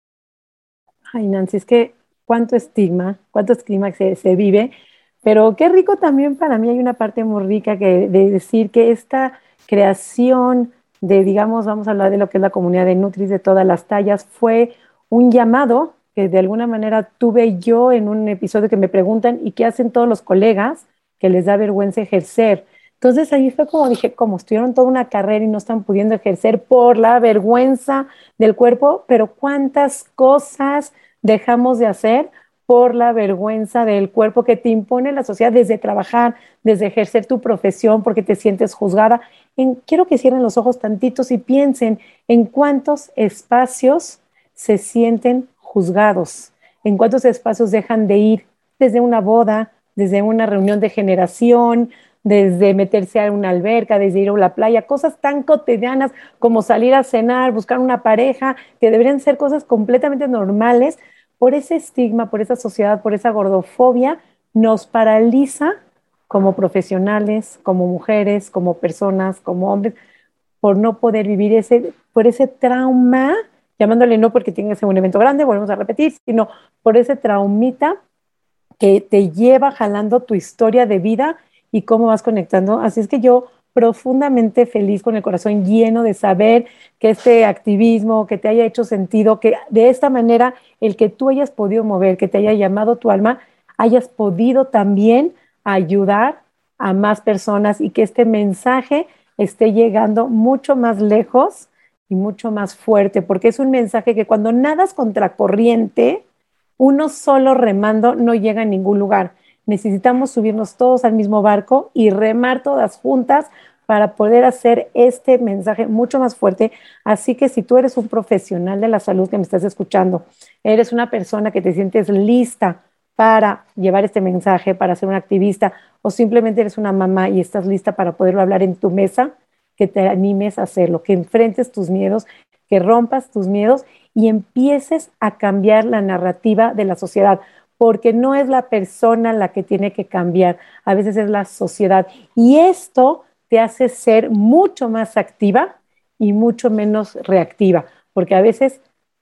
Ay, Nancy, es que cuánto estigma, cuánto estigma se, se vive, pero qué rico también para mí. Hay una parte muy rica que, de decir que esta creación de, digamos, vamos a hablar de lo que es la comunidad de Nutris de todas las tallas, fue un llamado que de alguna manera tuve yo en un episodio que me preguntan, ¿y qué hacen todos los colegas que les da vergüenza ejercer? Entonces ahí fue como dije, como estudiaron toda una carrera y no están pudiendo ejercer por la vergüenza del cuerpo, pero cuántas cosas dejamos de hacer por la vergüenza del cuerpo que te impone la sociedad, desde trabajar, desde ejercer tu profesión porque te sientes juzgada. En, quiero que cierren los ojos tantitos y piensen en cuántos espacios se sienten juzgados, en cuántos espacios dejan de ir, desde una boda, desde una reunión de generación, desde meterse a una alberca, desde ir a la playa, cosas tan cotidianas como salir a cenar, buscar una pareja, que deberían ser cosas completamente normales. Por ese estigma, por esa sociedad, por esa gordofobia, nos paraliza como profesionales, como mujeres, como personas, como hombres, por no poder vivir ese, por ese trauma, llamándole no porque tiene que ser un evento grande, volvemos a repetir, sino por ese traumita que te lleva jalando tu historia de vida y cómo vas conectando. Así es que yo profundamente feliz, con el corazón lleno de saber que este activismo, que te haya hecho sentido, que de esta manera el que tú hayas podido mover, que te haya llamado tu alma, hayas podido también ayudar a más personas y que este mensaje esté llegando mucho más lejos y mucho más fuerte, porque es un mensaje que cuando nadas contracorriente, uno solo remando no llega a ningún lugar. Necesitamos subirnos todos al mismo barco y remar todas juntas para poder hacer este mensaje mucho más fuerte. Así que si tú eres un profesional de la salud que me estás escuchando, eres una persona que te sientes lista para llevar este mensaje, para ser una activista, o simplemente eres una mamá y estás lista para poderlo hablar en tu mesa, que te animes a hacerlo, que enfrentes tus miedos, que rompas tus miedos y empieces a cambiar la narrativa de la sociedad, porque no es la persona la que tiene que cambiar, a veces es la sociedad. Y esto te hace ser mucho más activa y mucho menos reactiva, porque a veces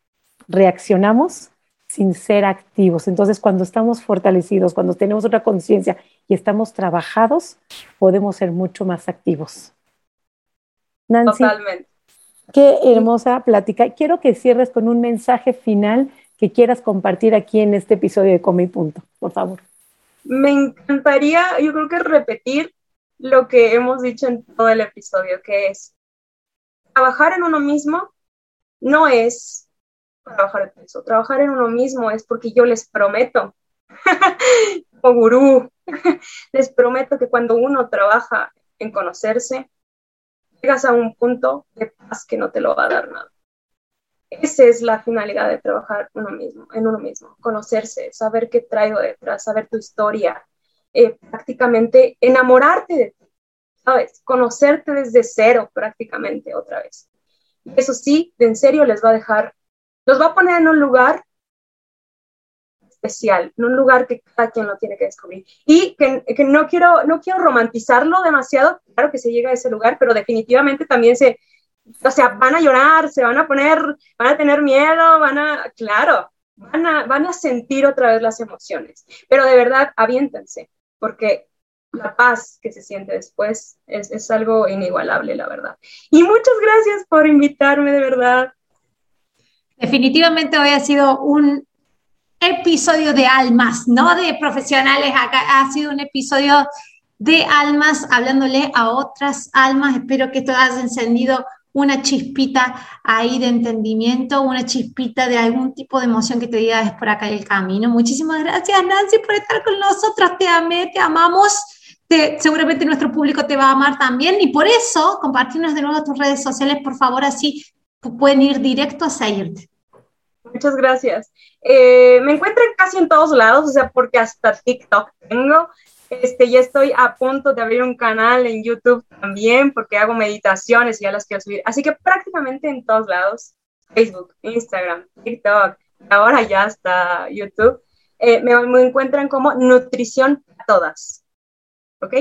reaccionamos sin ser activos. Entonces, cuando estamos fortalecidos, cuando tenemos otra conciencia y estamos trabajados, podemos ser mucho más activos. Nancy, totalmente. Qué hermosa plática. Quiero que cierres con un mensaje final que quieras compartir aquí en este episodio de Come y Punto, por favor. Me encantaría, yo creo que repetir lo que hemos dicho en todo el episodio, que es trabajar en uno mismo no es para bajar de peso. Trabajar en uno mismo es porque yo les prometo, como gurú, les prometo que cuando uno trabaja en conocerse, llegas a un punto de paz que no te lo va a dar nada. Esa es la finalidad de trabajar uno mismo, en uno mismo, conocerse, saber qué traigo detrás, saber tu historia, eh, prácticamente enamorarte de ti, ¿sabes? Conocerte desde cero prácticamente otra vez. Y eso sí, de en serio les va a dejar, los va a poner en un lugar especial, en un lugar que cada quien lo tiene que descubrir. Y que, que no, quiero, no quiero romantizarlo demasiado, claro que se llega a ese lugar, pero definitivamente también se, o sea, van a llorar, se van a poner, van a tener miedo, van a, claro, van a, van a sentir otra vez las emociones, pero de verdad, aviéntense, porque la paz que se siente después es, es algo inigualable, la verdad. Y muchas gracias por invitarme, de verdad. Definitivamente hoy ha sido un episodio de almas, no de profesionales. Acá ha sido un episodio de almas, hablándole a otras almas. Espero que esto haya encendido una chispita ahí de entendimiento, una chispita de algún tipo de emoción que te diga es por acá el camino. Muchísimas gracias, Nancy, por estar con nosotros. Te amé, te amamos. Te, seguramente nuestro público te va a amar también, y por eso compartirnos de nuevo tus redes sociales, por favor, así pueden ir directo a seguirte. Muchas gracias. Eh, me encuentran casi en todos lados, o sea, porque hasta TikTok tengo. Este, ya estoy a punto de abrir un canal en YouTube también, porque hago meditaciones y ya las quiero subir. Así que prácticamente en todos lados, Facebook, Instagram, TikTok, ahora ya está YouTube, eh, me, me encuentran como Nutrición a Todas. ¿Ok?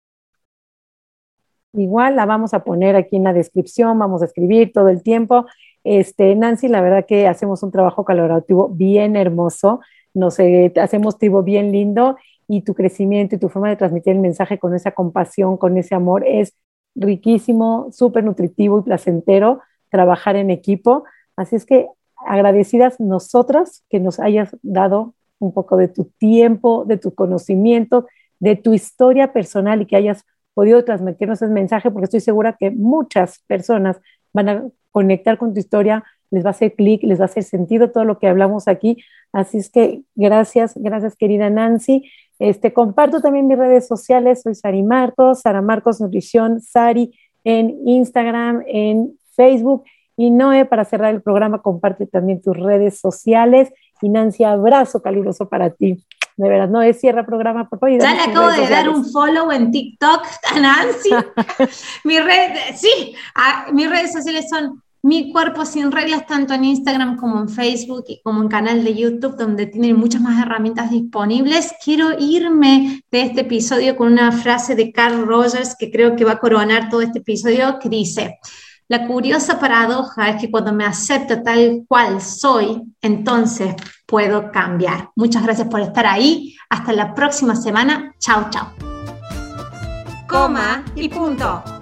Igual la vamos a poner aquí en la descripción, vamos a escribir todo el tiempo. Este, Nancy, la verdad que hacemos un trabajo colaborativo bien hermoso, nos eh, hacemos tribu bien lindo y tu crecimiento y tu forma de transmitir el mensaje con esa compasión, con ese amor es riquísimo, súper nutritivo y placentero trabajar en equipo. Así es que agradecidas nosotras que nos hayas dado un poco de tu tiempo, de tu conocimiento, de tu historia personal y que hayas podido transmitirnos ese mensaje, porque estoy segura que muchas personas van a conectar con tu historia, les va a hacer clic, les va a hacer sentido todo lo que hablamos aquí. Así es que gracias, gracias querida Nancy. Este, comparto también mis redes sociales, soy Sari Marcos, Sara Marcos Nutrición, Sari en Instagram, en Facebook. Y Noé, para cerrar el programa, comparte también tus redes sociales. Y Nancy, abrazo caluroso para ti. De verdad, Noé, cierra programa, por favor. Ya le acabo de dar un follow en TikTok a Nancy. mi red, sí, a, mis redes sociales son Mi Cuerpo Sin Reglas, tanto en Instagram como en Facebook y como en canal de YouTube, donde tienen muchas más herramientas disponibles. Quiero irme de este episodio con una frase de Carl Rogers que creo que va a coronar todo este episodio, que dice: la curiosa paradoja es que cuando me acepto tal cual soy, entonces puedo cambiar. Muchas gracias por estar ahí. Hasta la próxima semana. Chao, chao. Coma y punto.